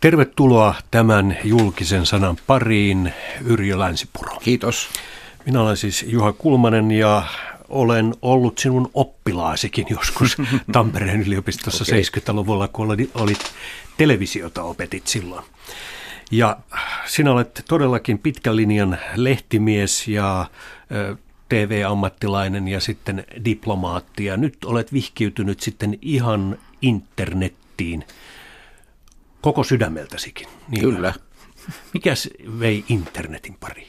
Tervetuloa tämän julkisen sanan pariin, Yrjö Länsipuro. Kiitos. Minä olen siis Juha Kulmanen ja olen ollut sinun oppilaasikin joskus Tampereen yliopistossa 70-luvulla, kun olit televisiota opetit silloin. Ja sinä olet todellakin pitkän linjan lehtimies ja TV-ammattilainen ja sitten diplomaatti. Ja nyt olet vihkiytynyt sitten ihan internettiin koko sydämeltäsikin. Niin Kyllä. Mikäs vei internetin pariin?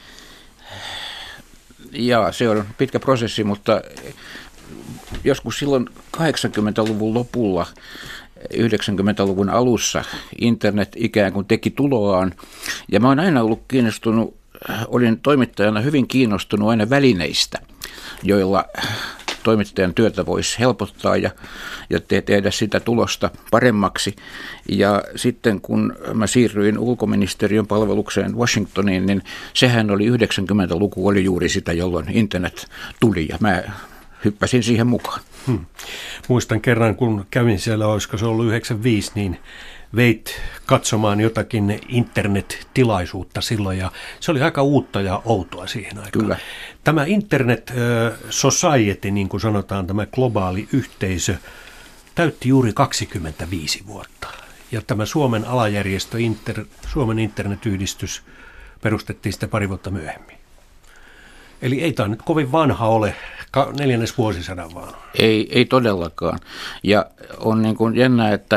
Ja se on pitkä prosessi, mutta joskus silloin 80-luvun lopulla, 90-luvun alussa internet ikään kuin teki tuloaan. Ja mä oon aina ollut kiinnostunut, olin toimittajana hyvin kiinnostunut aina välineistä, joilla toimittajan työtä voisi helpottaa ja tehdä sitä tulosta paremmaksi. Ja sitten kun mä siirryin ulkoministeriön palvelukseen Washingtoniin, niin sehän oli 90-luku, oli juuri sitä, jolloin internet tuli ja mä hyppäsin siihen mukaan. Muistan kerran, kun kävin siellä, olisiko se ollut 95, niin veit katsomaan jotakin internet-tilaisuutta silloin, ja se oli aika uutta ja outoa siihen aikaan. Kyllä. Tämä internet society, niin kuin sanotaan, tämä globaali yhteisö, täytti juuri 25 vuotta. Ja tämä Suomen alajärjestö, Suomen internetyhdistys, perustettiin sitten pari vuotta myöhemmin. Eli ei tämä nyt kovin vanha ole, 4. vuosisadan vaan. Ei todellakaan. Ja on niin kuin jännää, että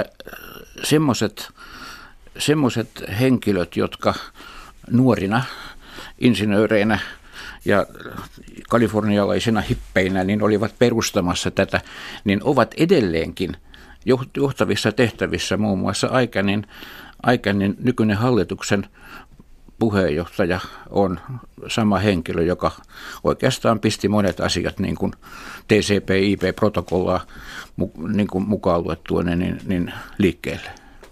semmoiset henkilöt, jotka nuorina insinööreinä ja kalifornialaisina hippeinä niin olivat perustamassa tätä, niin ovat edelleenkin johtavissa tehtävissä. Muun muassa Aikanin nykyinen hallituksen puheenjohtaja on sama henkilö, joka oikeastaan pisti monet asiat niin kuin TCP/IP-protokollaa niin kuin mukaan luettua niin liikkeelle.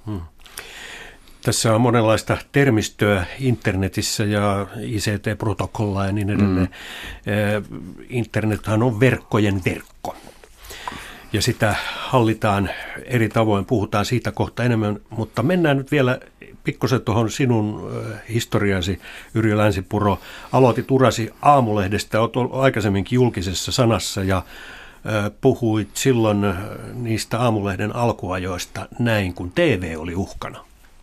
Tässä on monenlaista termistöä internetissä ja ICT-protokollaa ja niin edelleen. Internethän on verkkojen verkko. Ja sitä hallitaan eri tavoin, puhutaan siitä kohta enemmän, mutta mennään nyt vielä pikkusen tuohon sinun historiasi, Yrjö Länsipuro. Aloitit urasi Aamulehdestä, olet ollut aikaisemminkin julkisessa sanassa ja puhuit silloin niistä Aamulehden alkuajoista näin, kun TV oli uhkana.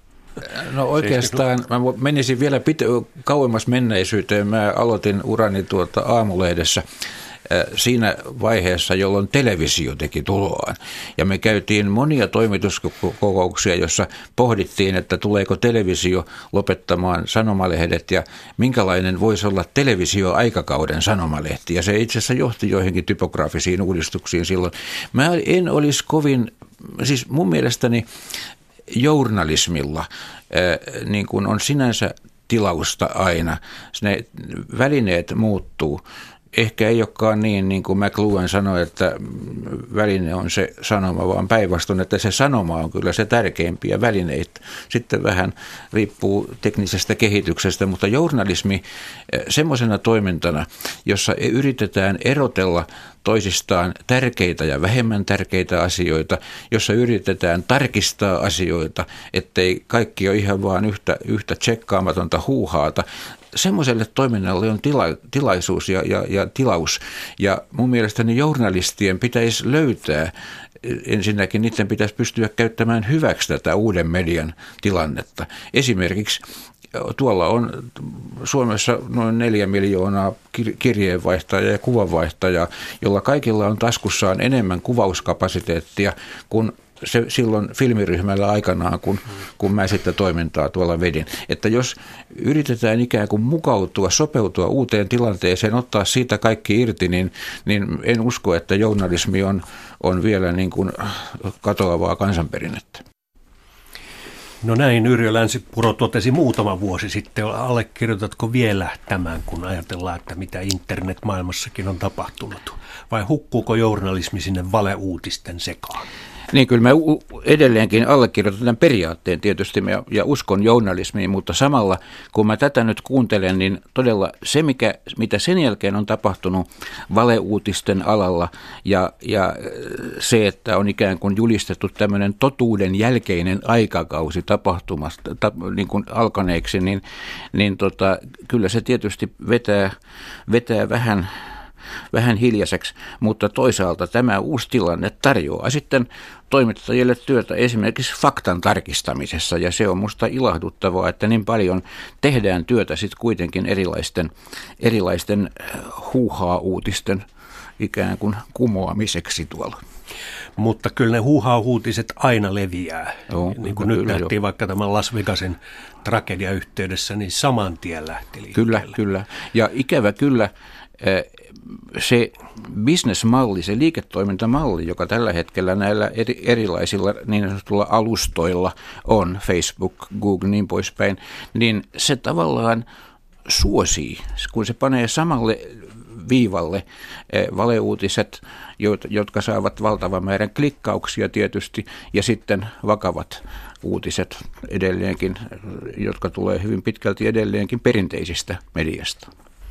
No oikeastaan mä menisin vielä kauemmas menneisyyteen. Mä aloitin urani Aamulehdessä siinä vaiheessa, jolloin televisio teki tuloaan. Ja me käytiin monia toimituskokouksia, jossa pohdittiin, että tuleeko televisio lopettamaan sanomalehdet ja minkälainen voisi olla televisio-aikakauden sanomalehti. Ja se itse asiassa johti joihinkin typografisiin uudistuksiin silloin. Mä en olisi siis mun mielestäni journalismilla niin kuin on sinänsä tilausta aina. Ne välineet muuttuu. Ehkä ei olekaan niin kuin McLuhan sanoi, että väline on se sanoma, vaan päinvastoin, että se sanoma on kyllä se tärkeimpiä välineitä. Sitten vähän riippuu teknisestä kehityksestä, mutta journalismi semmoisena toimintana, jossa yritetään erotella toisistaan tärkeitä ja vähemmän tärkeitä asioita, jossa yritetään tarkistaa asioita, ettei kaikki ole ihan vaan yhtä tsekkaamatonta huuhaata. Semmoiselle toiminnalle on tilaisuus ja tilaus. Ja mun mielestäni journalistien pitäisi löytää, ensinnäkin niiden pitäisi pystyä käyttämään hyväksi tätä uuden median tilannetta. Esimerkiksi tuolla on Suomessa noin 4 miljoonaa kirjeenvaihtajaa ja kuvanvaihtajaa, jolla kaikilla on taskussaan enemmän kuvauskapasiteettia kuin se silloin filmiryhmällä aikanaan, kun mä sitten toimintaa tuolla vedin. Että jos yritetään ikään kuin mukautua, sopeutua uuteen tilanteeseen, ottaa siitä kaikki irti, niin en usko, että journalismi on vielä niin kuin katoavaa kansanperinnettä. No näin Yrjö Länsipuro totesi muutama vuosi sitten. Allekirjoitatko vielä tämän, kun ajatellaan, että mitä internetmaailmassakin on tapahtunut? Vai hukkuuko journalismi sinne valeuutisten sekaan? Niin, kyllä mä edelleenkin allekirjoitan tämän periaatteen tietysti ja uskon journalismiin, mutta samalla kun mä tätä nyt kuuntelen, niin todella se, mitä sen jälkeen on tapahtunut valeuutisten alalla ja se, että on ikään kuin julistettu tämmöinen totuuden jälkeinen aikakausi tapahtumasta niin kuin alkaneeksi, niin kyllä se tietysti vetää vähän hiljaiseksi, mutta toisaalta tämä uusi tilanne tarjoaa sitten toimittajille työtä esimerkiksi faktan tarkistamisessa, ja se on musta ilahduttavaa, että niin paljon tehdään työtä sitten kuitenkin erilaisten huuhaa-uutisten ikään kuin kumoamiseksi tuolla. Mutta kyllä ne huuhaa-uutiset aina leviää. Joo, niin kuin nyt nähtiin vaikka tämän Las Vegasin tragediayhteydessä, niin saman tien lähti liikkeelle. Kyllä. Ja ikävä kyllä se bisnesmalli, se liiketoimintamalli, joka tällä hetkellä näillä erilaisilla niin sanotulla alustoilla on, Facebook, Google, niin poispäin, niin se tavallaan suosii, kun se panee samalle viivalle valeuutiset, jotka saavat valtavan määrän klikkauksia tietysti, ja sitten vakavat uutiset edelleenkin, jotka tulee hyvin pitkälti edelleenkin perinteisistä mediasta.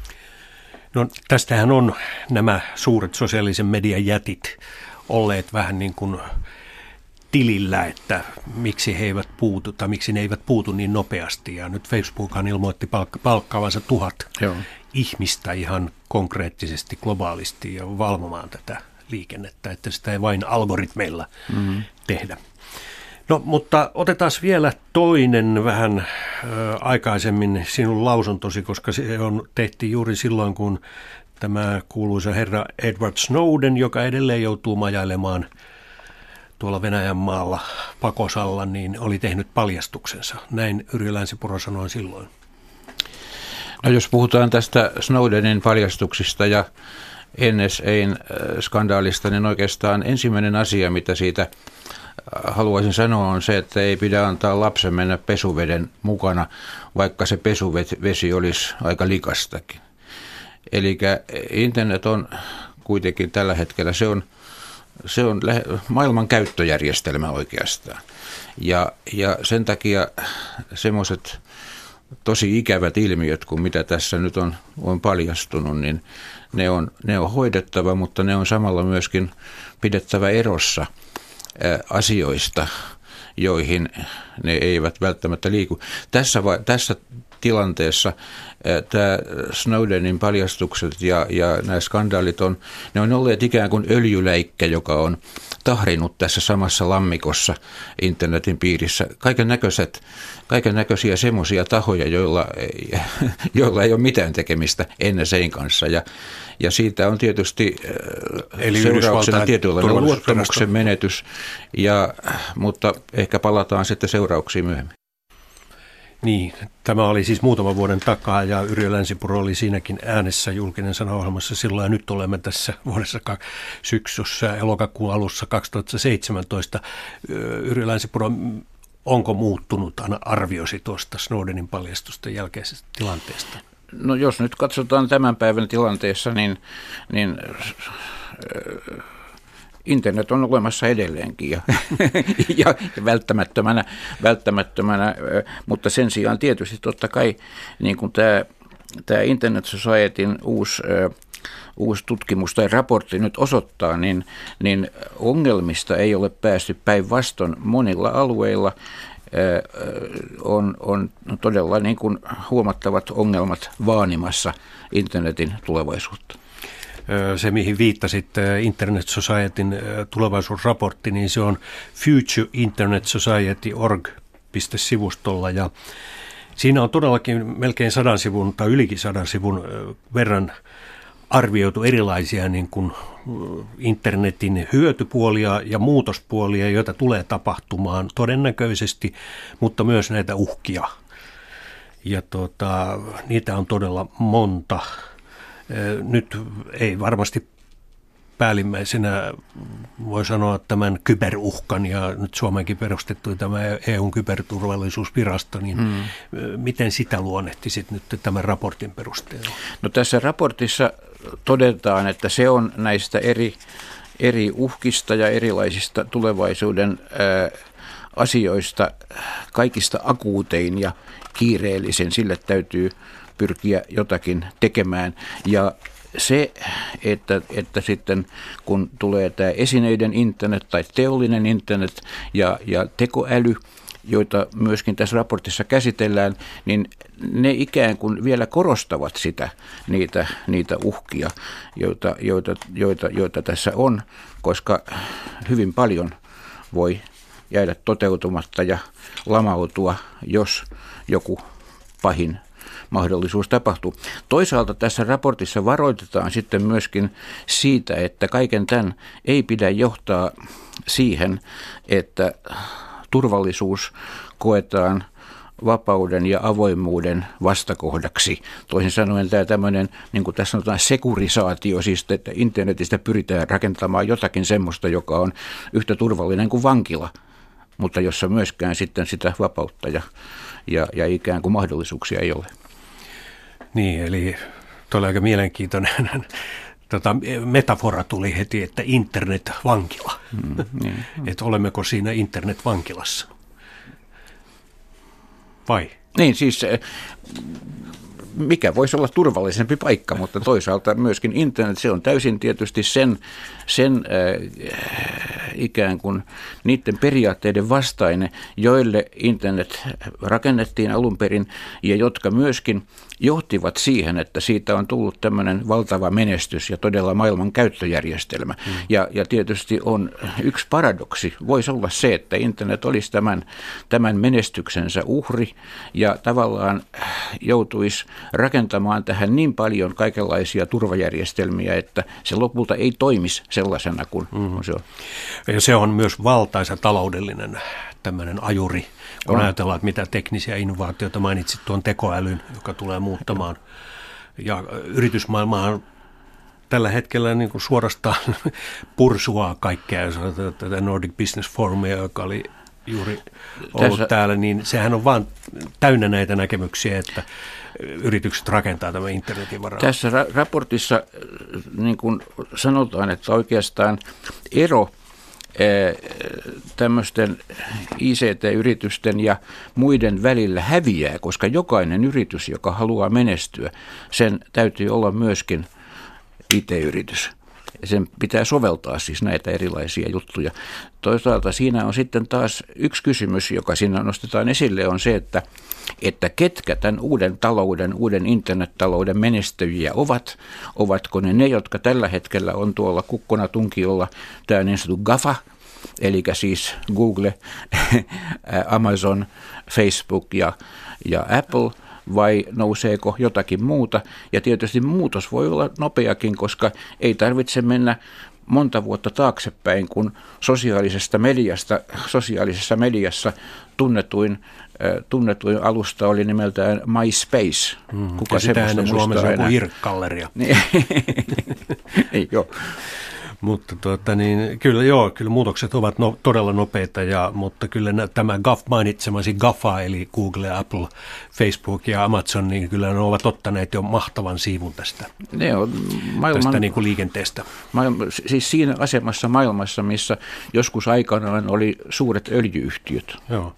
No tästähän on nämä suuret sosiaalisen median jätit olleet vähän niin kuin tilillä, että miksi he eivät puutu tai miksi ne eivät puutu niin nopeasti. Ja nyt Facebookhan ilmoitti palkkaavansa 1000 ihmistä ihan konkreettisesti, globaalisti ja valvomaan tätä liikennettä, että sitä ei vain algoritmeilla tehdä. No, mutta otetaan vielä toinen vähän aikaisemmin sinun lausuntosi, koska se tehtiin juuri silloin, kun tämä kuuluisa herra Edward Snowden, joka edelleen joutuu majailemaan tuolla Venäjän maalla pakosalla, niin oli tehnyt paljastuksensa. Näin Yrjö Länsipuro sanoi silloin. No, jos puhutaan tästä Snowdenin paljastuksista ja NSA:n skandaalista, niin oikeastaan ensimmäinen asia, mitä siitä haluaisin sanoa, on se, että ei pidä antaa lapsen mennä pesuveden mukana, vaikka se pesuvesi olisi aika likastakin. Eli internet on kuitenkin tällä hetkellä, se on maailman käyttöjärjestelmä oikeastaan. Ja sen takia semmoiset tosi ikävät ilmiöt, kuin mitä tässä nyt on paljastunut, niin ne on hoidettava, mutta ne on samalla myöskin pidettävä erossa asioista, joihin ne eivät välttämättä liiku. Tässä tilanteessa tämä Snowdenin paljastukset ja nämä skandaalit ne on olleet ikään kuin öljyläikkä, joka on tahrinut tässä samassa lammikossa internetin piirissä kaiken näköisiä semmoisia tahoja, joilla ei ole mitään tekemistä NSA:n kanssa. Ja siitä on tietysti seurauksena tietynlainen luottamuksen menetys, mutta ehkä palataan sitten seurauksiin myöhemmin. Niin, tämä oli siis muutaman vuoden takaa ja Yrjö Länsipuro oli siinäkin äänessä julkinen sanaohjelmassa silloin ja nyt olemme tässä vuodessa syksyssä elokuun alussa 2017. Yrjö Länsipuro, onko muuttunut arviosi tuosta Snowdenin paljastusten jälkeisestä tilanteesta? No jos nyt katsotaan tämän päivän tilanteessa, niin internet on olemassa edelleenkin ja välttämättömänä, mutta sen sijaan tietysti totta kai niin kuin tämä Internet Societyn uusi tutkimus tai raportti nyt osoittaa, niin ongelmista ei ole päästy päinvastoin monilla alueilla. On todella niin kuin huomattavat ongelmat vaanimassa internetin tulevaisuutta. Se, mihin viittasit, Internet Societyn tulevaisuusraportti, niin se on futureinternetsociety.org.sivustolla ja siinä on todellakin melkein 100 sivun tai ylikin 100 sivun verran arvioitu erilaisia niin kuin internetin hyötypuolia ja muutospuolia, joita tulee tapahtumaan todennäköisesti, mutta myös näitä uhkia. Ja niitä on todella monta. Nyt ei varmasti päällimmäisenä voi sanoa tämän kyberuhkan ja nyt Suomeenkin perustettu tämä EUn kyberturvallisuusvirasto, niin miten sitä luonnehtisit nyt tämän raportin perusteella? No tässä raportissa todetaan, että se on näistä eri uhkista ja erilaisista tulevaisuuden asioista kaikista akuutein ja kiireellisin. Sille täytyy pyrkiä jotakin tekemään. Ja se, että sitten kun tulee tämä esineiden internet tai teollinen internet ja tekoäly, joita myöskin tässä raportissa käsitellään, niin ne ikään kuin vielä korostavat niitä uhkia, joita tässä on, koska hyvin paljon voi jäädä toteutumatta ja lamautua, jos joku pahin mahdollisuus tapahtuu. Toisaalta tässä raportissa varoitetaan sitten myöskin siitä, että kaiken tämän ei pidä johtaa siihen, että turvallisuus koetaan vapauden ja avoimuuden vastakohdaksi. Toisin sanoen tämä tämmöinen, niin kuin tässä sanotaan, sekurisaatio, siis että internetistä pyritään rakentamaan jotakin semmoista, joka on yhtä turvallinen kuin vankila, mutta jossa myöskään sitten sitä vapautta ja ikään kuin mahdollisuuksia ei ole. Niin, eli tuolla aika mielenkiintoinen metafora tuli heti, että internet-vankila. Että olemmeko siinä internet-vankilassa? Vai? Niin, siis mikä voisi olla turvallisempi paikka, mutta toisaalta myöskin internet, se on täysin tietysti sen ikään kuin niiden periaatteiden vastainen, joille internet rakennettiin alun perin ja jotka myöskin johtivat siihen, että siitä on tullut tämmöinen valtava menestys ja todella maailman käyttöjärjestelmä. Ja tietysti on yksi paradoksi, voisi olla se, että internet olisi tämän menestyksensä uhri ja tavallaan joutuisi rakentamaan tähän niin paljon kaikenlaisia turvajärjestelmiä, että se lopulta ei toimisi sellaisena kuin se on. Ja se on myös valtaisa taloudellinen tämmöinen ajuri, kun ajatellaan, että mitä teknisiä innovaatioita mainitsit tuon tekoälyn, joka tulee muuttamaan. Ja yritysmaailmahan tällä hetkellä niin kuin suorastaan pursuaa kaikkea. Jos ajatellaan tätä Nordic Business Forumia, joka oli juuri ollut täällä, niin sehän on vaan täynnä näitä näkemyksiä, että yritykset rakentaa tämän internetin varaan. Tässä raportissa niin kuin sanotaan, että oikeastaan ero tämmöisten ICT-yritysten ja muiden välillä häviää, koska jokainen yritys, joka haluaa menestyä, sen täytyy olla myöskin IT-yritys. Sen pitää soveltaa siis näitä erilaisia juttuja. Toisaalta siinä on sitten taas yksi kysymys, joka siinä nostetaan esille, on se, että ketkä tämän uuden internettalouden menestyjiä ovat. Ovatko ne, jotka tällä hetkellä on tuolla kukkonatunkiolla, tämä niin sanottu GAFA, eli siis Google, Amazon, Facebook ja Apple, vai nouseeko jotakin muuta. Ja tietysti muutos voi olla nopeakin, koska ei tarvitse mennä monta vuotta taaksepäin, kun sosiaalisessa mediassa tunnetuin alusta oli nimeltään MySpace. Kuka semmoista Suomessa on kuin Irk-galleria. Ei, joo. Mutta kyllä muutokset ovat todella nopeita, mutta kyllä tämä mainitsemasi GAFA, eli Google, Apple, Facebook ja Amazon, niin kyllä ne ovat ottaneet jo mahtavan siivun tästä niin kuin liikenteestä. Siis siinä asemassa maailmassa, missä joskus aikanaan oli suuret öljy-yhtiöt. Joo.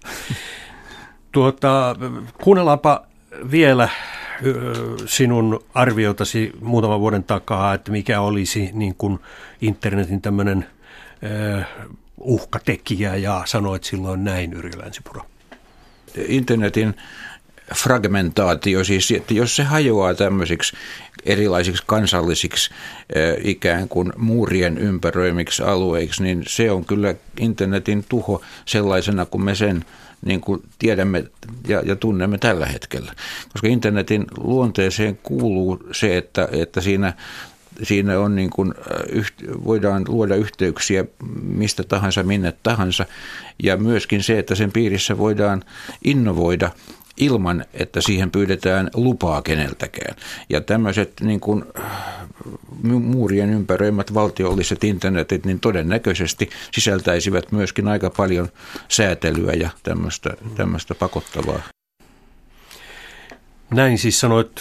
Kuunnellaanpa vielä sinun arviotasi muutaman vuoden takaa, että mikä olisi niin kuin internetin tämmöinen uhkatekijä, ja sanoit silloin näin, Yrjö Länsipuro. Internetin fragmentaatio, siis että jos se hajoaa tämmöisiksi erilaisiksi kansallisiksi ikään kuin muurien ympäröimiksi alueiksi, niin se on kyllä internetin tuho sellaisena, kuin me sen niin kuin tiedämme ja tunnemme tällä hetkellä. Koska internetin luonteeseen kuuluu se, että siinä on niin kuin, voidaan luoda yhteyksiä mistä tahansa, minne tahansa, ja myöskin se, että sen piirissä voidaan innovoida ilman, että siihen pyydetään lupaa keneltäkään. Ja tämmöiset niin kuin muurien ympäröimät valtiolliset internetit, niin todennäköisesti sisältäisivät myöskin aika paljon säätelyä ja tämmöistä pakottavaa. Näin siis sanoit,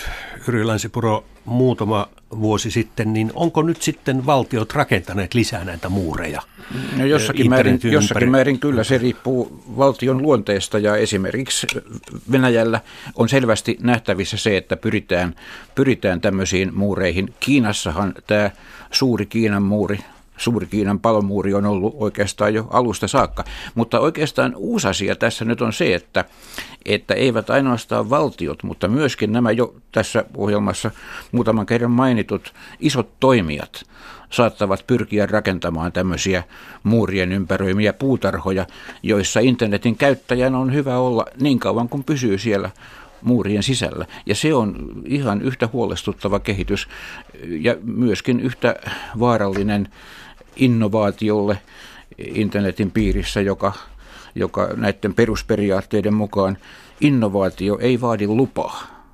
Yrjö Länsipuro, muutama vuosi sitten, niin onko nyt sitten valtiot rakentaneet lisää näitä muureja? No jossakin määrin kyllä, se riippuu valtion luonteesta, ja esimerkiksi Venäjällä on selvästi nähtävissä se, että pyritään tämmöisiin muureihin. Kiinassahan tämä suuri Kiinan palomuuri on ollut oikeastaan jo alusta saakka, mutta oikeastaan uusi asia tässä nyt on se, että eivät ainoastaan valtiot, mutta myöskin nämä jo tässä ohjelmassa muutaman kerran mainitut isot toimijat saattavat pyrkiä rakentamaan tämmöisiä muurien ympäröimiä puutarhoja, joissa internetin käyttäjän on hyvä olla niin kauan kuin pysyy siellä muurien sisällä. Ja se on ihan yhtä huolestuttava kehitys ja myöskin yhtä vaarallinen innovaatiolle internetin piirissä, joka näiden perusperiaatteiden mukaan innovaatio ei vaadi lupaa.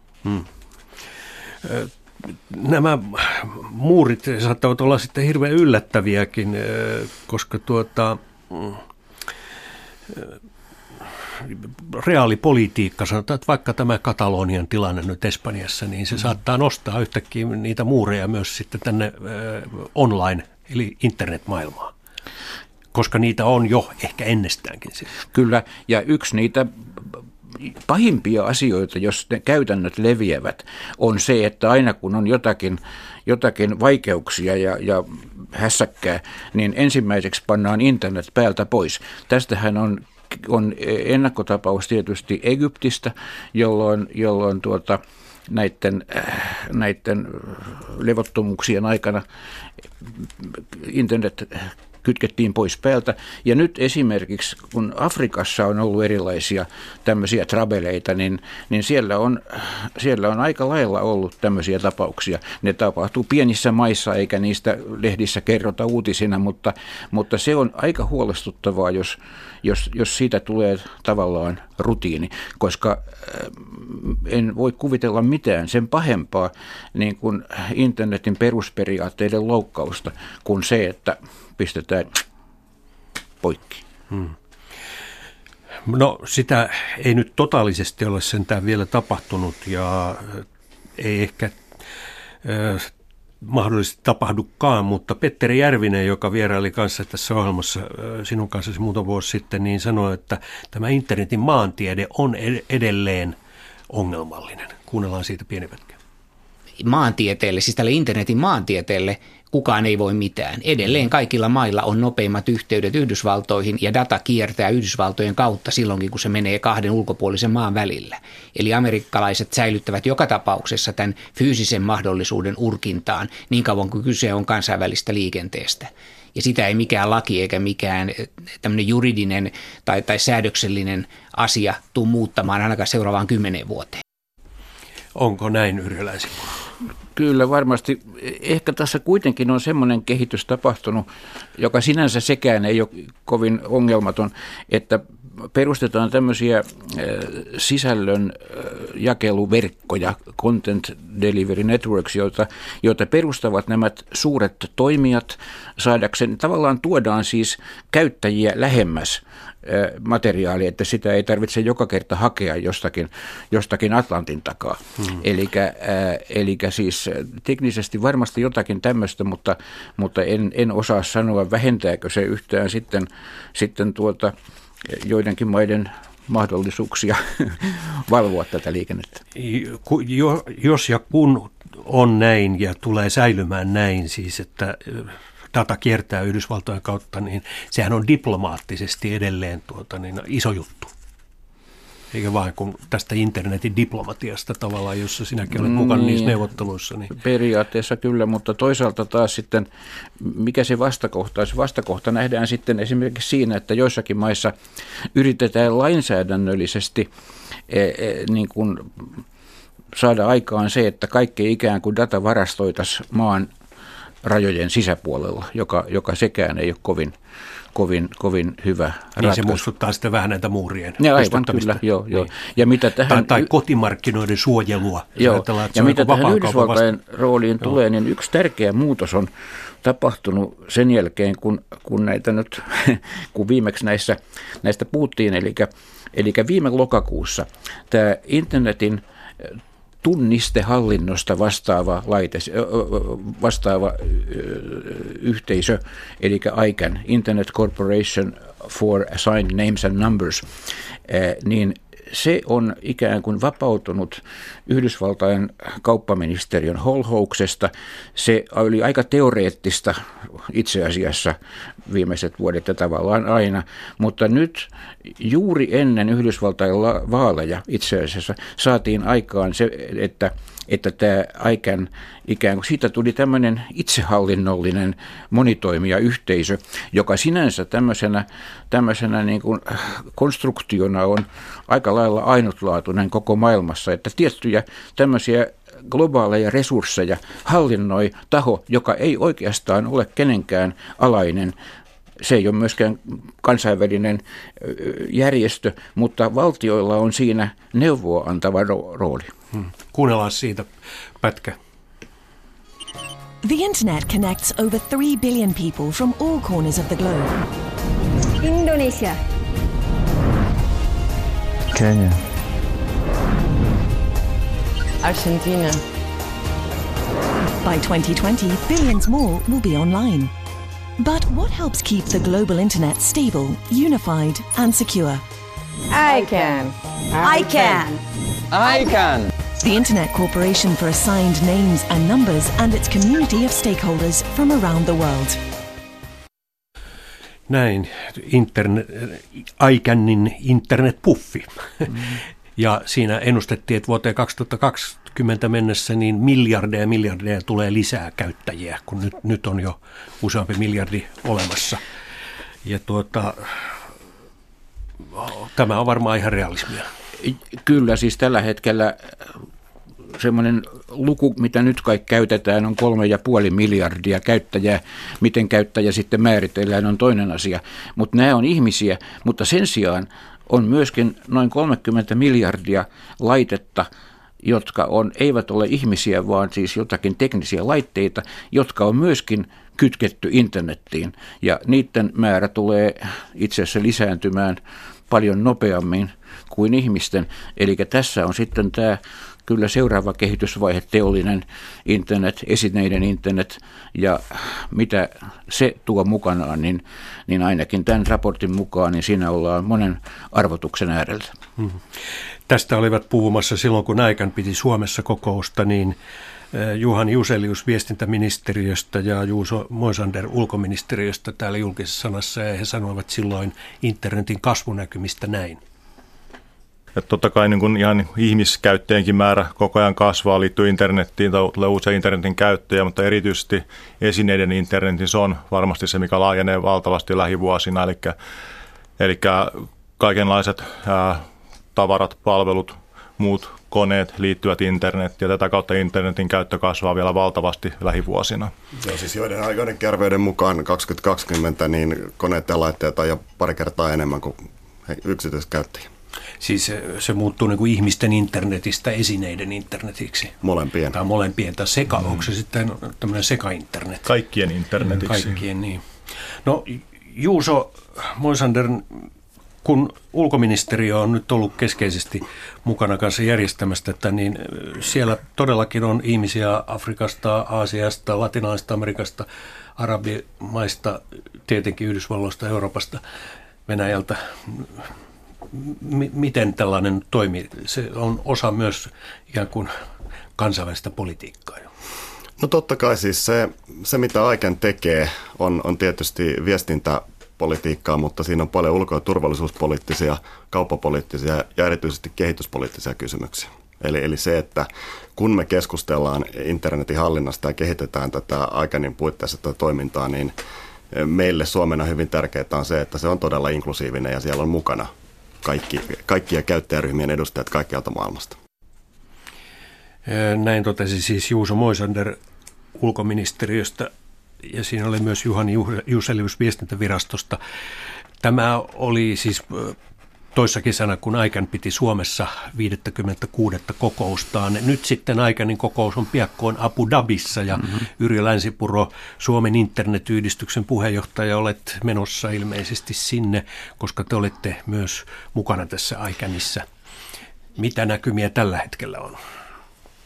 Nämä muurit saattavat olla sitten hirveän yllättäviäkin, koska reaalipolitiikka, sanotaan, että vaikka tämä Katalonian tilanne nyt Espanjassa, niin se saattaa nostaa yhtäkkiä niitä muureja myös sitten tänne online, eli internetmaailmaan, koska niitä on jo ehkä ennestäänkin. Kyllä, ja yksi niitä pahimpia asioita, jos ne käytännöt leviävät, on se, että aina kun on jotakin vaikeuksia ja hässäkkää, niin ensimmäiseksi pannaan internet päältä pois. Tästähän on ennakkotapaus tietysti Egyptistä, jolloin näiden levottomuuksien aikana internet kytkettiin pois päältä. Ja nyt esimerkiksi, kun Afrikassa on ollut erilaisia tämmöisiä trabeleita, niin siellä on aika lailla ollut tämmöisiä tapauksia. Ne tapahtuu pienissä maissa, eikä niistä lehdissä kerrota uutisina, mutta se on aika huolestuttavaa, jos siitä tulee tavallaan rutiini, koska en voi kuvitella mitään sen pahempaa niin kuin internetin perusperiaatteiden loukkausta kuin se, että pistetään poikki. No sitä ei nyt totaalisesti ole sentään vielä tapahtunut ja ei ehkä mahdollisesti tapahdukaan, mutta Petteri Järvinen, joka vieraili kanssa tässä ohjelmassa sinun kanssasi muutama vuosi sitten, niin sanoi, että tämä internetin maantiede on edelleen ongelmallinen. Kuunnellaan siitä pieni pätkä. Maantieteelle, siis tälle internetin maantieteelle kukaan ei voi mitään. Edelleen kaikilla mailla on nopeimmat yhteydet Yhdysvaltoihin ja data kiertää Yhdysvaltojen kautta silloinkin, kun se menee kahden ulkopuolisen maan välillä. Eli amerikkalaiset säilyttävät joka tapauksessa tämän fyysisen mahdollisuuden urkintaan niin kauan kuin kyse on kansainvälistä liikenteestä. Ja sitä ei mikään laki eikä mikään tämmöinen juridinen tai säädöksellinen asia tule muuttamaan ainakaan seuraavaan 10 vuoteen. Onko näin, Yrjö Länsipuro? Kyllä varmasti. Ehkä tässä kuitenkin on semmoinen kehitys tapahtunut, joka sinänsä sekään ei ole kovin ongelmaton, että perustetaan tämmöisiä sisällön jakeluverkkoja, content delivery networks, joita perustavat nämä suuret toimijat saadakseen, tavallaan tuodaan siis käyttäjiä lähemmäs materiaalia, että sitä ei tarvitse joka kerta hakea jostakin Atlantin takaa. Eli siis teknisesti varmasti jotakin tämmöistä, mutta en osaa sanoa, vähentääkö se yhtään sitten joidenkin maiden mahdollisuuksia valvoa tätä liikennettä. Jos ja kun on näin ja tulee säilymään näin, siis että data kiertää Yhdysvaltojen kautta, niin sehän on diplomaattisesti edelleen iso juttu. Eikä vain kun tästä internetin diplomatiasta tavallaan, jossa sinäkin olet mukana niissä neuvotteluissa. Niin. Periaatteessa kyllä, mutta toisaalta taas sitten, mikä se vastakohta? Se vastakohta nähdään sitten esimerkiksi siinä, että joissakin maissa yritetään lainsäädännöllisesti niin kuin saada aikaan se, että kaikki ikään kuin data varastoitaisiin maan rajojen sisäpuolella, joka sekään ei ole kovin hyvä ratkaisu. Niin se muistuttaa sitten vähän näitä muurien aivan kyllä, joo. Niin. Ja mitä tähän, tai kotimarkkinoiden suojelua. Joo, ja mitä tähän Yhdysvaltain rooliin tulee, niin yksi tärkeä muutos on tapahtunut sen jälkeen, kun näitä nyt, kun viimeksi näistä puhuttiin, eli viime lokakuussa tämä internetin tunnistehallinnosta vastaava yhteisö, eli ICANN, Internet Corporation for Assigned Names and Numbers, niin se on ikään kuin vapautunut Yhdysvaltain kauppaministeriön holhouksesta. Se oli aika teoreettista itse asiassa viimeiset vuodet ja tavallaan aina, mutta nyt juuri ennen Yhdysvaltain vaaleja itse asiassa saatiin aikaan se, että tämä ICANN ikään kuin siitä tuli tämmöinen itsehallinnollinen monitoimijayhteisö, joka sinänsä tämmöisenä niin kuin konstruktiona on aika lailla ainutlaatuinen koko maailmassa, että tiettyjä tämmöisiä globaaleja resursseja hallinnoi taho, joka ei oikeastaan ole kenenkään alainen. Se ei ole myöskään kansainvälinen järjestö, mutta valtioilla on siinä neuvoa antava rooli. Kuunnellaan siitä pätkä. The internet connects over 3 billion people from all corners of the globe. Indonesia. Kenya. Argentina. By 2020, billions more will be online. But what helps keep the global internet stable, unified and secure? ICANN. ICANN. ICANN. The Internet Corporation for Assigned Names and Numbers and its community of stakeholders from around the world. Näin, ICANNin internetpuffi. Ja siinä ennustettiin, että vuoteen 2020 mennessä niin miljardeja tulee lisää käyttäjiä, kun nyt on jo useampi miljardi olemassa. Ja tämä on varmaan ihan realismia. Kyllä, siis tällä hetkellä semmoinen luku, mitä nyt kaikki käytetään, on 3,5 miljardia käyttäjää. Miten käyttäjä sitten määritellään, on toinen asia. Mutta nämä on ihmisiä, mutta sen sijaan on myöskin noin 30 miljardia laitetta, jotka eivät ole ihmisiä, vaan siis jotakin teknisiä laitteita, jotka on myöskin kytketty internettiin. Ja niiden määrä tulee itse asiassa lisääntymään paljon nopeammin kuin ihmisten. Eli tässä on sitten tämä kyllä seuraava kehitysvaihe, teollinen internet, esineiden internet, ja mitä se tuo mukanaan, niin ainakin tämän raportin mukaan, niin siinä ollaan monen arvotuksen äärellä. Tästä olivat puhumassa silloin, kun ICANN piti Suomessa kokousta, niin Juhani Juselius viestintäministeriöstä ja Juuso Moisander ulkoministeriöstä täällä julkisessa sanassa, ja he sanoivat silloin internetin kasvunäkymistä näin. Että totta kai niin kun ihan ihmiskäyttäjienkin määrä koko ajan kasvaa, liittyy internettiin tai tulee uusia internetin käyttäjiä, mutta erityisesti esineiden internetin se on varmasti se, mikä laajenee valtavasti lähivuosina. Eli kaikenlaiset tavarat, palvelut, muut koneet liittyvät internettiin ja tätä kautta internetin käyttö kasvaa vielä valtavasti lähivuosina. Joo, siis joiden kärveyden mukaan 2020 niin koneet ja laitteet on jo pari kertaa enemmän kuin yksityiset käyttäjät. Siis se muuttuu niin kuin ihmisten internetistä esineiden internetiksi. Molempien. Tai molempien. Tai onko se sitten tämmöinen seka-internet? Kaikkien internetiksi. Kaikkien, niin. No Juuso Moisander, kun ulkoministeriö on nyt ollut keskeisesti mukana kanssa järjestämästä tätä, niin siellä todellakin on ihmisiä Afrikasta, Aasiasta, Latinalaisesta Amerikasta, Arabimaista, tietenkin Yhdysvalloista, Euroopasta, Venäjältä. Miten tällainen toimii? Se on osa myös ikään kuin kansainvälistä politiikkaa. No totta kai siis se mitä ICANN tekee, on tietysti viestintäpolitiikkaa, mutta siinä on paljon ulko- ja turvallisuuspoliittisia, kauppapoliittisia ja erityisesti kehityspoliittisia kysymyksiä. Eli se, että kun me keskustellaan internetin hallinnasta ja kehitetään tätä ICANNin puitteissa tätä toimintaa, niin meille Suomena hyvin tärkeää on se, että se on todella inklusiivinen ja siellä on mukana kaikkia käyttäjäryhmien edustajat kaikkialta maailmasta. Näin totesi siis Juuso Moisander ulkoministeriöstä ja siinä oli myös Juhani Juselius viestintävirastosta. Tämä oli siis toissa kesänä, kun ICANN piti Suomessa 56. kokoustaan. Nyt sitten ICANNin kokous on piakkoon Abu Dhabissa ja Yrjö Länsipuro, Suomen internetyhdistyksen puheenjohtaja, olet menossa ilmeisesti sinne, koska te olette myös mukana tässä ICANNissa. Mitä näkymiä tällä hetkellä on?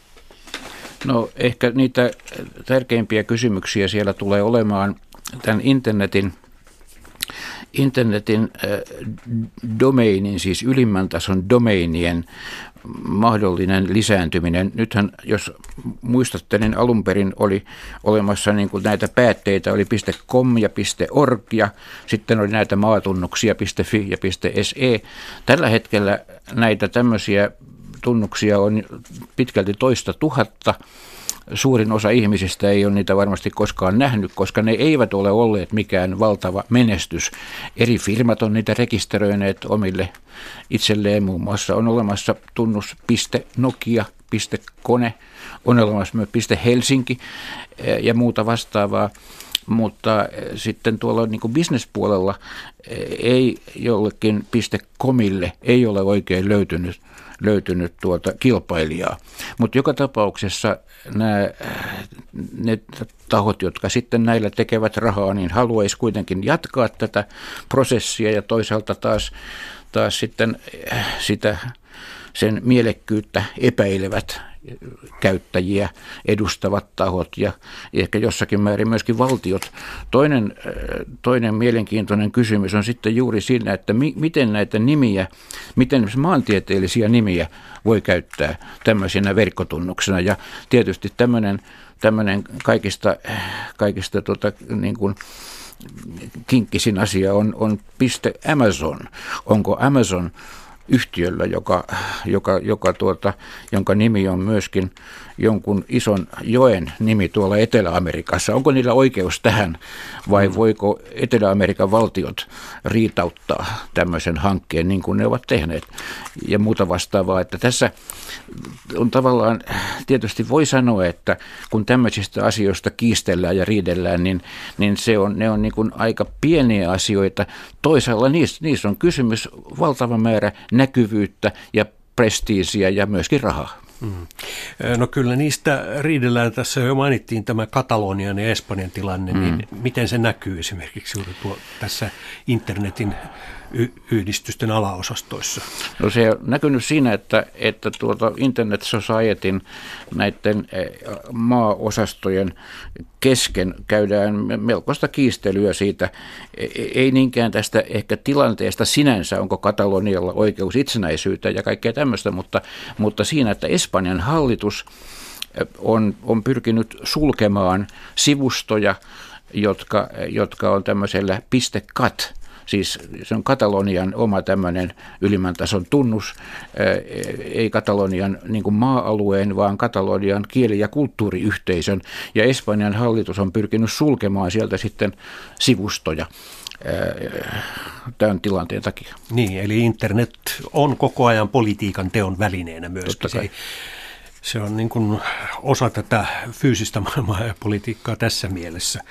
No ehkä niitä tärkeimpiä kysymyksiä siellä tulee olemaan tämän internetin domeinin, siis ylimmän tason domeinien mahdollinen lisääntyminen. Nythän, jos muistatte, niin alun perin oli olemassa niin kuin näitä päätteitä, oli .com ja .org ja sitten oli näitä maatunnuksia .fi ja .se. Tällä hetkellä näitä tämmöisiä tunnuksia on pitkälti 200 000. Suurin osa ihmisistä ei ole niitä varmasti koskaan nähnyt, koska ne eivät ole olleet mikään valtava menestys. Eri firmat on niitä rekisteröineet omille itselleen, muun muassa on olemassa tunnus .nokia, .kone, on olemassa myös .helsinki ja muuta vastaavaa. Mutta sitten tuolla niin kuin bisnespuolella ei jollekin .comille ei ole oikein löytynyt kilpailijaa. Mutta joka tapauksessa ne tahot, jotka sitten näillä tekevät rahaa, niin haluaisi kuitenkin jatkaa tätä prosessia ja toisaalta taas sitten sen mielekkyyttä epäilevät käyttäjiä edustavat tahot ja ehkä jossakin määrin myöskin valtiot. Toinen mielenkiintoinen kysymys on sitten juuri siinä, että miten näitä nimiä, miten maantieteellisiä nimiä voi käyttää tämmöisenä verkkotunnuksena. Ja tietysti tämmöinen kaikista niin kuin kinkkisin asia on .amazon. Onko Amazon yhtiöllä, jonka nimi on myöskin jonkun ison joen nimi tuolla Etelä-Amerikassa. Onko niillä oikeus tähän vai voiko Etelä-Amerikan valtiot riitauttaa tämmöisen hankkeen niin kuin ne ovat tehneet ja muuta vastaavaa. Että tässä on tavallaan, tietysti voi sanoa, että kun tämmöisistä asioista kiistellään ja riidellään, niin ne on niin kuin aika pieniä asioita. Toisaalla niissä on kysymys valtava määrä näkyvyyttä ja prestiisiä ja myöskin rahaa. No kyllä niistä riidellään. Tässä jo mainittiin tämä Katalonian ja Espanjan tilanne, niin miten se näkyy esimerkiksi juuri tässä internetin yhdistysten alaosastoissa? No se on näkynyt siinä, että Internet Societyn näiden maaosastojen kesken käydään melkoista kiistelyä siitä, ei niinkään tästä ehkä tilanteesta sinänsä, onko Katalonialla oikeus itsenäisyyteen ja kaikkea tämmöistä, mutta siinä, että Espanjan hallitus on pyrkinyt sulkemaan sivustoja, jotka on tämmöisellä .cat, siis se on Katalonian oma tämmöinen ylimmän tason tunnus, ei Katalonian niin kuin maa-alueen, vaan Katalonian kieli- ja kulttuuriyhteisön. Ja Espanjan hallitus on pyrkinyt sulkemaan sieltä sitten sivustoja tämän tilanteen takia. Niin, eli internet on koko ajan politiikan teon välineenä myöskin. Se on niin kuin osa tätä fyysistä maailmaa ja politiikkaa tässä mielessä.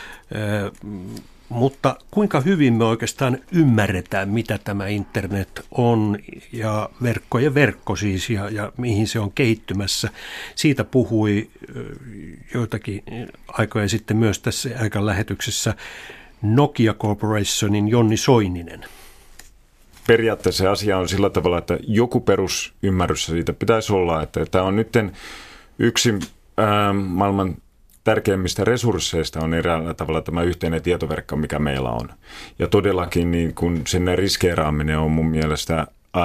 Mutta kuinka hyvin me oikeastaan ymmärretään, mitä tämä internet on ja verkko siis ja mihin se on kehittymässä. Siitä puhui joitakin aikoja sitten myös tässä aikan lähetyksessä Nokia Corporationin Jonni Soininen. Periaatteessa se asia on sillä tavalla, että joku perusymmärrys siitä pitäisi olla, että tämä on nyt yksi maailman tärkeimmistä resursseista on eräällä tavalla tämä yhteinen tietoverkko, mikä meillä on. Ja todellakin niin kun sen riskeeraaminen on mun mielestä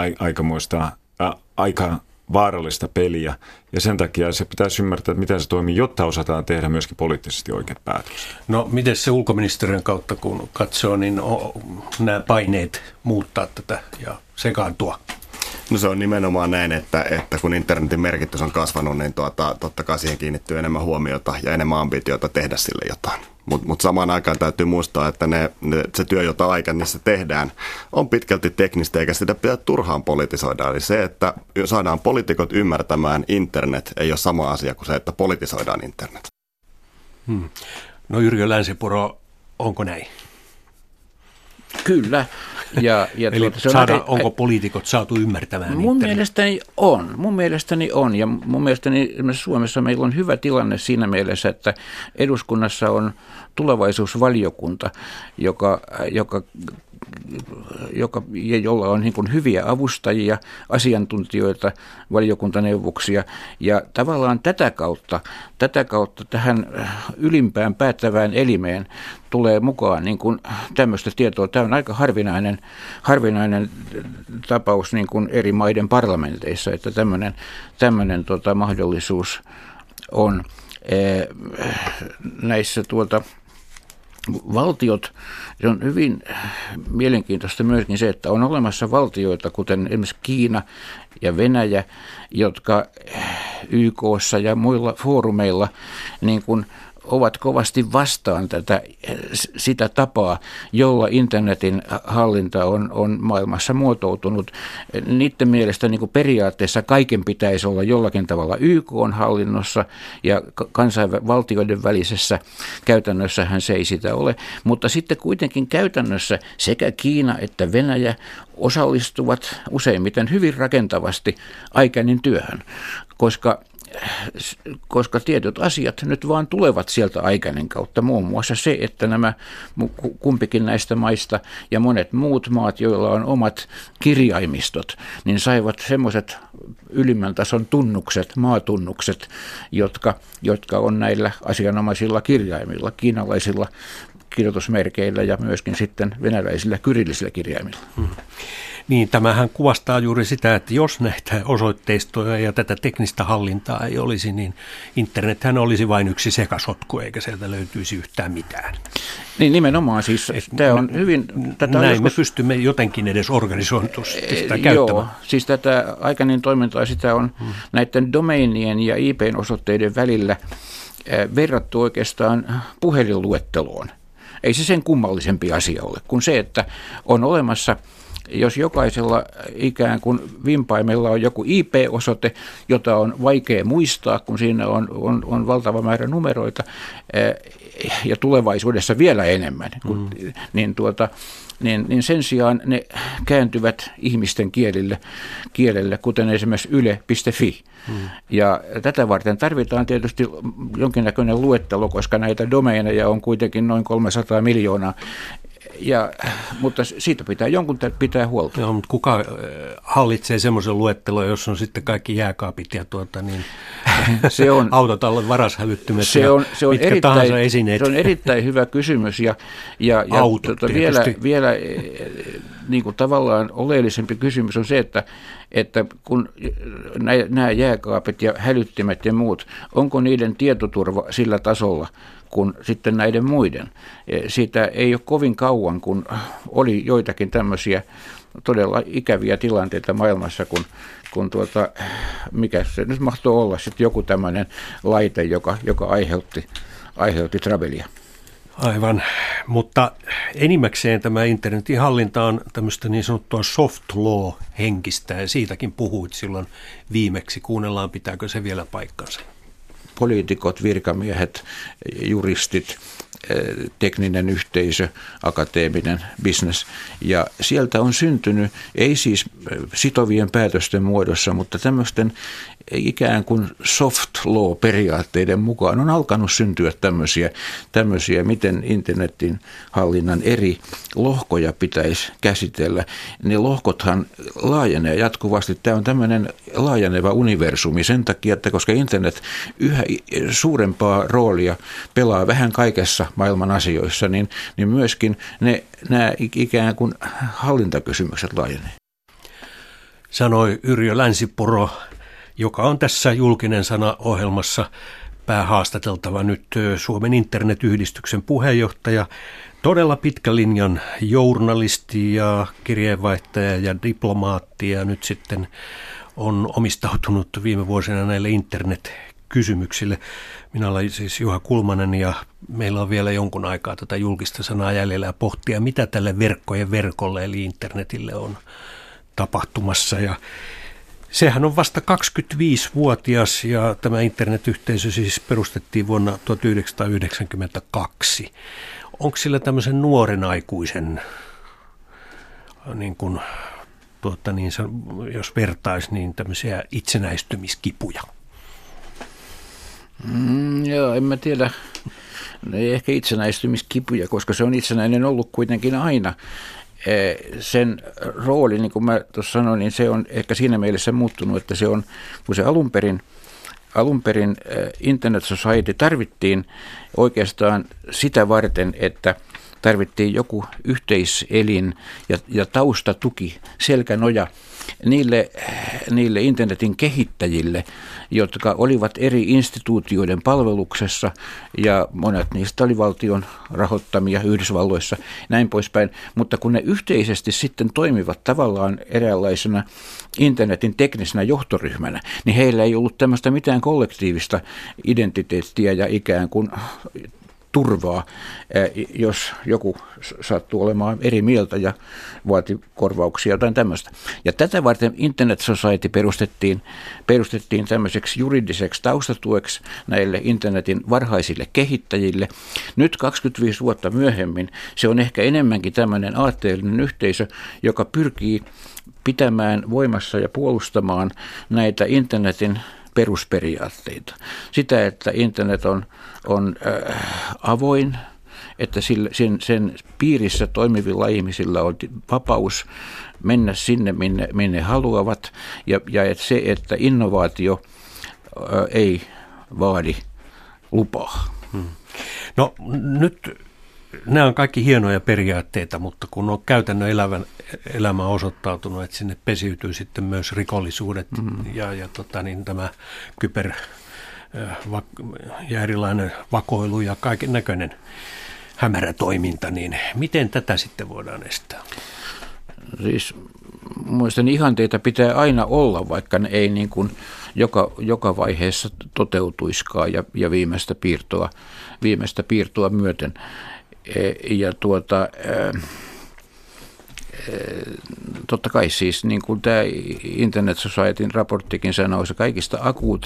aika vaarallista peliä. Ja sen takia se pitäisi ymmärtää, että miten se toimii, jotta osataan tehdä myöskin poliittisesti oikeat päätökset. No miten se ulkoministeriön kautta, kun katsoo, niin nämä paineet muuttaa tätä ja sekaantua? No se on nimenomaan näin, että kun internetin merkitys on kasvanut, niin totta kai siihen kiinnittyy enemmän huomiota ja enemmän ambitioita tehdä sille jotain. Mutta samaan aikaan täytyy muistaa, että se työ, jota niissä tehdään, on pitkälti teknistä, eikä sitä pidä turhaan politisoida. Eli se, että saadaan poliitikot ymmärtämään internet, ei ole sama asia kuin se, että politisoidaan internet. No Yrjö Länsipuro, onko näin? Kyllä. Eli onko poliitikot saatu ymmärtämään? Mun mielestäni on. Ja mun mielestäni Suomessa meillä on hyvä tilanne siinä mielessä, että eduskunnassa on tulevaisuusvaliokunta, joka jolla on niin kuin hyviä avustajia, asiantuntijoita, valiokuntaneuvoksia, ja tavallaan tätä kautta tähän ylimpään päättävään elimeen tulee mukaan niin kuin tämmöistä tietoa. Tämä on aika harvinainen tapaus niin kuin eri maiden parlamenteissa, että tämmöinen mahdollisuus on näissä valtiot. Se on hyvin mielenkiintoista myöskin se, että on olemassa valtioita, kuten esimerkiksi Kiina ja Venäjä, jotka YK:ssa ja muilla foorumeilla niin kuin ovat kovasti vastaan sitä tapaa, jolla internetin hallinta on maailmassa muotoutunut. Niiden mielestä niin kuin periaatteessa kaiken pitäisi olla jollakin tavalla YK:n hallinnossa ja valtioiden välisessä käytännössähän se ei sitä ole. Mutta sitten kuitenkin käytännössä sekä Kiina että Venäjä osallistuvat useimmiten hyvin rakentavasti ICANNin työhön, koska tietyt asiat nyt vaan tulevat sieltä ICANNin kautta. Muun muassa se, että nämä kumpikin näistä maista ja monet muut maat, joilla on omat kirjaimistot, niin saivat semmoiset ylimmän tason tunnukset, maatunnukset, jotka on näillä asianomaisilla kirjaimilla, kiinalaisilla kirjoitusmerkeillä ja myöskin sitten venäläisillä kyrillisillä kirjaimilla. Niin, tämähän kuvastaa juuri sitä, että jos näitä osoitteistoja ja tätä teknistä hallintaa ei olisi, niin internethän olisi vain yksi sekasotku, eikä sieltä löytyisi yhtään mitään. Niin nimenomaan, siis tämä on hyvin... Näin me pystymme jotenkin edes organisoitusti sitä käyttämään. Joo, siis tätä ICANNin toimintaa sitä on näiden domeinien ja IP-osoitteiden välillä verrattu oikeastaan puhelinluetteloon. Ei se sen kummallisempi asia ole kuin se, että on olemassa... Jos jokaisella ikään kuin vimpaimella on joku IP-osoite, jota on vaikea muistaa, kun siinä on valtava määrä numeroita ja tulevaisuudessa vielä enemmän, niin sen sijaan ne kääntyvät ihmisten kielelle, kuten esimerkiksi yle.fi. Ja tätä varten tarvitaan tietysti jonkinnäköinen luettelo, koska näitä domeineja on kuitenkin noin 300 miljoonaa. Mutta siitä jonkun pitää huolta. Joo, mutta kuka hallitsee semmoisen luettelon, jos on sitten kaikki jääkaapit ja se on, autotalon varashälyttimet se on mitkä tahansa esineet. Se on erittäin hyvä kysymys ja vielä niin kuin tavallaan oleellisempi kysymys on se, että kun nämä jääkaapit ja hälyttimet ja muut, onko niiden tietoturva sillä tasolla, kuin sitten näiden muiden. Siitä ei ole kovin kauan, kun oli joitakin tämmöisiä todella ikäviä tilanteita maailmassa, kun mikä se nyt mahtoi olla, sitten joku tämmöinen laite, joka aiheutti travelia. Aivan, mutta enimmäkseen tämä internetin hallinta on tämmöistä niin sanottua soft law-henkistä, ja siitäkin puhuit silloin viimeksi. Kuunnellaan, pitääkö se vielä paikkansa. Poliitikot, virkamiehet, juristit, tekninen yhteisö, akateeminen business. Ja sieltä on syntynyt, ei siis sitovien päätösten muodossa, mutta tämmöisten ikään kuin soft law-periaatteiden mukaan on alkanut syntyä tämmöisiä, miten internetin hallinnan eri lohkoja pitäisi käsitellä. Ne lohkothan laajenee jatkuvasti. Tämä on tämmöinen laajeneva universumi sen takia, että koska internet yhä suurempaa roolia pelaa vähän kaikessa maailman asioissa, niin myöskin nämä ikään kuin hallintakysymykset laajenee. Sanoi Yrjö Länsipuro, joka on tässä Julkinen sana-ohjelmassa päähaastateltava nyt Suomen internetyhdistyksen puheenjohtaja, todella pitkän linjan journalisti ja kirjeenvaihtaja ja diplomaatti, ja nyt sitten on omistautunut viime vuosina näille internetkysymyksille. Minä olen siis Juha Kulmanen, ja meillä on vielä jonkun aikaa tätä julkista sanaa jäljellä ja pohtia, mitä tälle verkkojen verkolle eli internetille on tapahtumassa. Ja sehän on vasta 25-vuotias, ja tämä internetyhteisö siis perustettiin vuonna 1992. Onko sillä tämmöisen nuoren aikuisen, niin kuin, jos vertaisi, niin tämmöisiä itsenäistymiskipuja? Joo, en mä tiedä. Ei ehkä itsenäistymiskipuja, koska se on itsenäinen ollut kuitenkin aina. sen rooli, niin kuin mä tuossa sanoin, niin se on ehkä siinä mielessä muuttunut, että se on, kun se alun perin Internet Society tarvittiin oikeastaan sitä varten, että tarvittiin joku yhteiselin ja taustatuki, selkänoja niille internetin kehittäjille, jotka olivat eri instituutioiden palveluksessa, ja monet niistä oli valtion rahoittamia Yhdysvalloissa, näin poispäin. Mutta kun ne yhteisesti sitten toimivat tavallaan eräänlaisena internetin teknisenä johtoryhmänä, niin heillä ei ollut tämmöistä mitään kollektiivista identiteettiä ja ikään kuin turvaa, jos joku sattuu olemaan eri mieltä ja vaati korvauksia jotain tämmöistä. Ja tätä varten Internet Society perustettiin tämmöiseksi juridiseksi taustatueksi näille internetin varhaisille kehittäjille. Nyt 25 vuotta myöhemmin se on ehkä enemmänkin tämmöinen aatteellinen yhteisö, joka pyrkii pitämään voimassa ja puolustamaan näitä internetin perusperiaatteita. Sitä, että internet on avoin, että sen piirissä toimivilla ihmisillä on vapaus mennä sinne, minne haluavat, ja että se, että innovaatio ei vaadi lupaa. No nyt nämä on kaikki hienoja periaatteita, mutta kun on käytännön elämä osoittautunut, että sinne pesiytyy sitten myös rikollisuudet ja tämä kyber ja erilainen vakoilu ja kaiken näköinen hämärä toiminta, niin miten tätä sitten voidaan estää? Siis mielestäni ihanteita pitää aina olla, vaikka ne ei niin kuin joka vaiheessa toteutuiskaan ja viimeistä piirtoa myöten. Ja totta kai siis, niin kuin tämä Internet Societyn raporttikin sanoo, se kaikista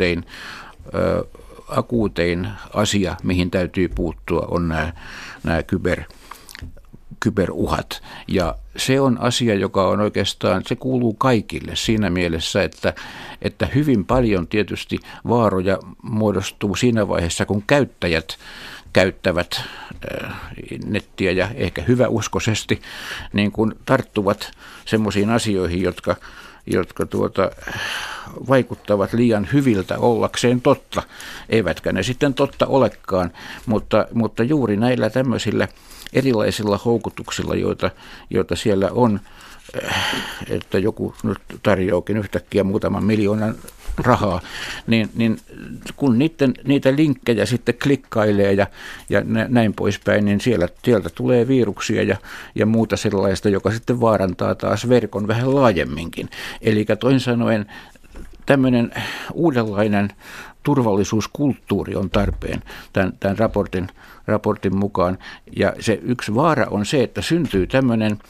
akuutein asia, mihin täytyy puuttua, on nämä kyberuhat. Ja se on asia, joka on oikeastaan, se kuuluu kaikille siinä mielessä, että hyvin paljon tietysti vaaroja muodostuu siinä vaiheessa, kun käyttäjät käyttävät nettiä ja ehkä hyväuskoisesti niin kuin tarttuvat semmoisiin asioihin, jotka vaikuttavat liian hyviltä ollakseen totta. Eivätkä ne sitten totta olekaan, mutta juuri näillä tämmöisillä erilaisilla houkutuksilla, joita siellä on, että joku nyt tarjoakin yhtäkkiä muutaman miljoonan rahaa, niin kun niitä linkkejä sitten klikkailee ja näin poispäin, niin sieltä tulee viruksia ja muuta sellaista, joka sitten vaarantaa taas verkon vähän laajemminkin. Eli toisin sanoen tämmöinen uudenlainen turvallisuuskulttuuri on tarpeen tämän raportin mukaan. Ja se yksi vaara on se, että syntyy tämmöinen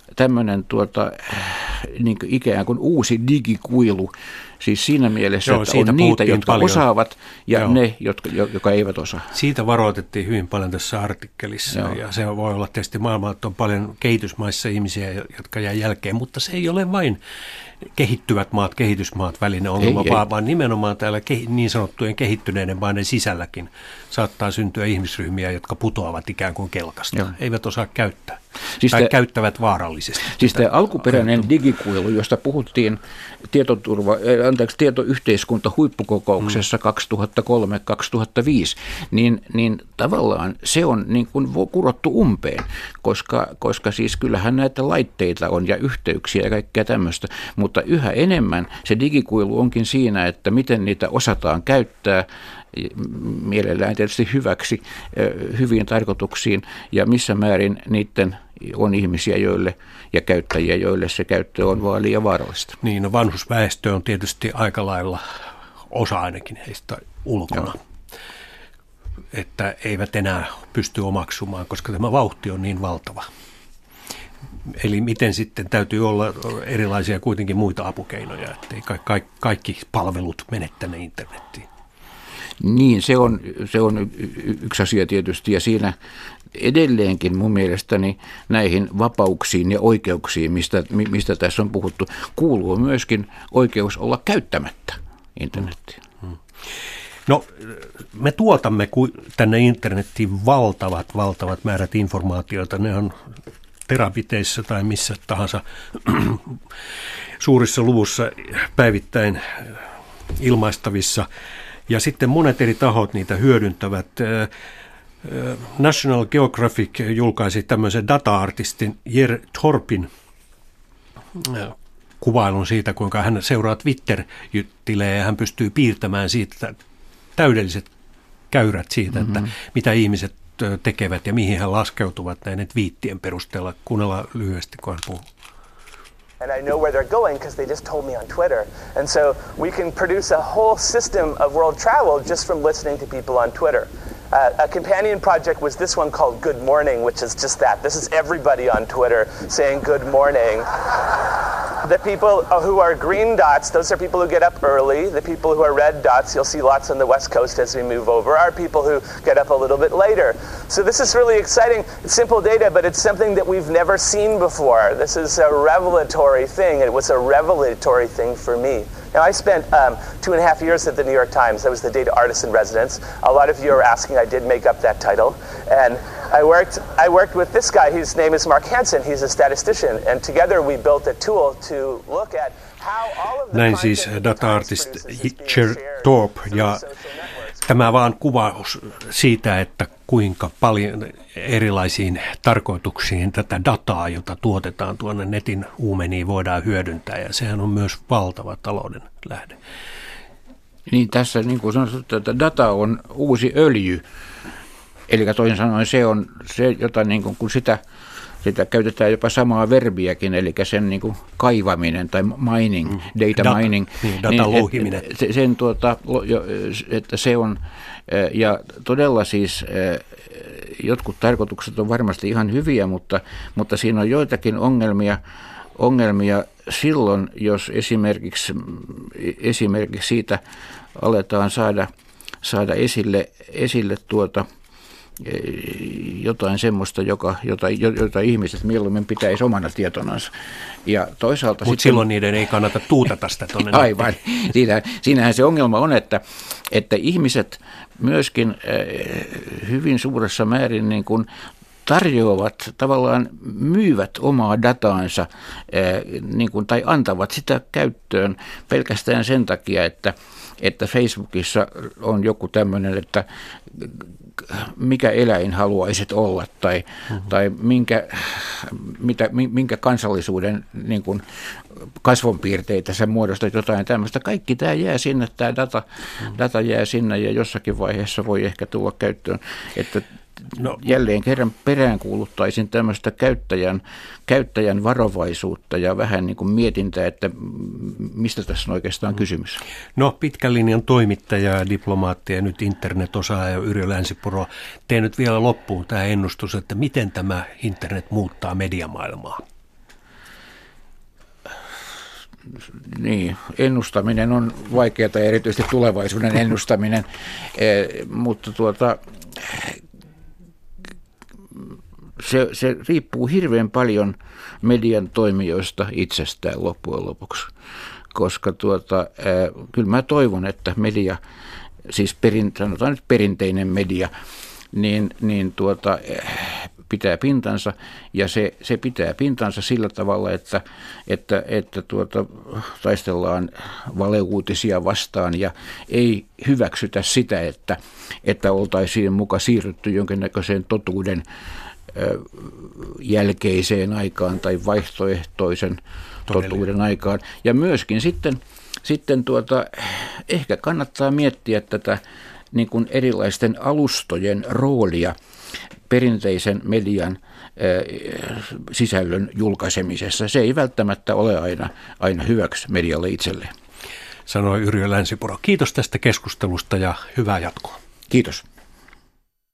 niin kuin ikään kuin uusi digikuilu, siis siinä mielessä, että on niitä, jotka paljon osaavat ja ne, jotka eivät osaa. Siitä varoitettiin hyvin paljon tässä artikkelissa. Ja se voi olla tietysti maailmalla, että on paljon kehitysmaissa ihmisiä, jotka jää jälkeen, mutta se ei ole vain kehittyvät maat, kehitysmaat välinen ongelma, vaan nimenomaan täällä niin sanottujen kehittyneiden maiden sisälläkin saattaa syntyä ihmisryhmiä, jotka putoavat ikään kuin kelkasta. Eivät osaa käyttää. Siis tai käyttävät vaarallisesti. Siis tämä alkuperäinen digikuilu, josta puhuttiin tietoyhteiskunta huippukokouksessa 2003-2005, niin tavallaan se on niin kuin kurottu umpeen, koska siis kyllähän näitä laitteita on ja yhteyksiä ja kaikkea tämmöistä, mutta yhä enemmän se digikuilu onkin siinä, että miten niitä osataan käyttää, mielellään tietysti hyväksi, hyviin tarkoituksiin, ja missä määrin niiden on ihmisiä ja käyttäjiä, joille se käyttö on vaan liian vaarallista. Niin, no vanhusväestö on tietysti aika lailla osa ainakin heistä ulkona, että eivät enää pysty omaksumaan, koska tämä vauhti on niin valtava. Eli miten sitten täytyy olla erilaisia kuitenkin muita apukeinoja, ettei kaikki palvelut mene tänne internettiin. Niin, se on yksi asia tietysti, ja siinä edelleenkin mun mielestäni näihin vapauksiin ja oikeuksiin, mistä tässä on puhuttu, kuuluu myöskin oikeus olla käyttämättä internetiä. No, me tuotamme tänne internettiin valtavat määrät informaatiota. Ne on terabiteissa tai missä tahansa suurissa luvussa päivittäin ilmaistavissa. Ja sitten monet eri tahot niitä hyödyntävät. National Geographic julkaisi tämmöisen data-artistin Jer Thorpin kuvailun siitä, kuinka hän seuraa Twitter-tilejä ja hän pystyy piirtämään siitä täydelliset käyrät siitä, että mitä ihmiset tekevät ja mihin he laskeutuvat näiden twiittien perusteella. Kuunnellaan lyhyesti, kun hän puhuu. And I know where they're going because they just told me on Twitter. And so we can produce a whole system of world travel just from listening to people on Twitter. A companion project was this one called Good Morning, which is just that. This is everybody on Twitter saying good morning. The people who are green dots, those are people who get up early. The people who are red dots, you'll see lots on the West Coast as we move over, are people who get up a little bit later. So this is really exciting. It's simple data, but it's something that we've never seen before. This is a revelatory thing. It was a revelatory thing for me. Now, I spent 2.5 years at the New York Times. I was the data artist in residence. A lot of you are asking, I did make up that title. And I worked with this guy. His name is Mark Hansen. He's a statistician. And together we built a tool to look at how all of the näin siis data-artist Jer Thorpe, ja tämä vaan kuvaus siitä, että kuinka paljon erilaisiin tarkoituksiin tätä dataa, jota tuotetaan tuonne netin uumeniin, voidaan hyödyntää, ja sehän on myös valtava talouden lähde. Niin tässä niin kuin sanottu, että data on uusi öljy, eli toisin sanoen se on se, jota niin kuin, kun sitä käytetään jopa samaa verbiäkin, eli sen niin kuin kaivaminen tai mining, data mining, datan louhiminen. Että se on, ja todella siis jotkut tarkoitukset on varmasti ihan hyviä, mutta siinä on joitakin ongelmia silloin, jos esimerkiksi siitä aletaan saada esille jotain semmoista, jota ihmiset mieluummin pitäisi omana tietonansa. Ja toisaalta mutta silloin niiden ei kannata tuutata sitä tuonne. Aivan. Siinähän se ongelma on, että ihmiset myöskin hyvin suuressa määrin niin kuin tarjoavat, tavallaan myyvät omaa dataansa niin kuin, tai antavat sitä käyttöön pelkästään sen takia, että Facebookissa on joku tämmöinen, että mikä eläin haluaisit olla tai minkä kansallisuuden niin kuin kasvonpiirteitä sä muodostat, jotain tämmöistä. Kaikki tämä jää sinne, tämä data jää sinne ja jossakin vaiheessa voi ehkä tulla käyttöön, että jälleen kerran peräänkuuluttaisin tämmöistä käyttäjän varovaisuutta ja vähän niin kuin mietintää, että mistä tässä on oikeastaan kysymys. No, pitkän linjan toimittaja ja diplomaatti ja nyt internet-osaaja Yrjö Länsipuro, tee nyt vielä loppuun tämä ennustus, että miten tämä internet muuttaa mediamaailmaa? Niin, ennustaminen on vaikeaa, erityisesti tulevaisuuden ennustaminen, mutta se riippuu hirveän paljon median toimijoista itsestään loppujen lopuksi, koska kyllä mä toivon, että media, siis sanotaan nyt perinteinen media, niin pitää pintansa, ja se pitää pintansa sillä tavalla, että taistellaan valeuutisia vastaan ja ei hyväksytä sitä, että oltaisiin muka siirrytty jonkinnäköiseen totuuden jälkeiseen aikaan tai vaihtoehtoisen totuuden aikaan. Ja myöskin sitten ehkä kannattaa miettiä tätä niin kuin erilaisten alustojen roolia perinteisen median sisällön julkaisemisessa. Se ei välttämättä ole aina hyväksi medialle itselleen. Sanoi Yrjö Länsipuro. Kiitos tästä keskustelusta ja hyvää jatkoa. Kiitos.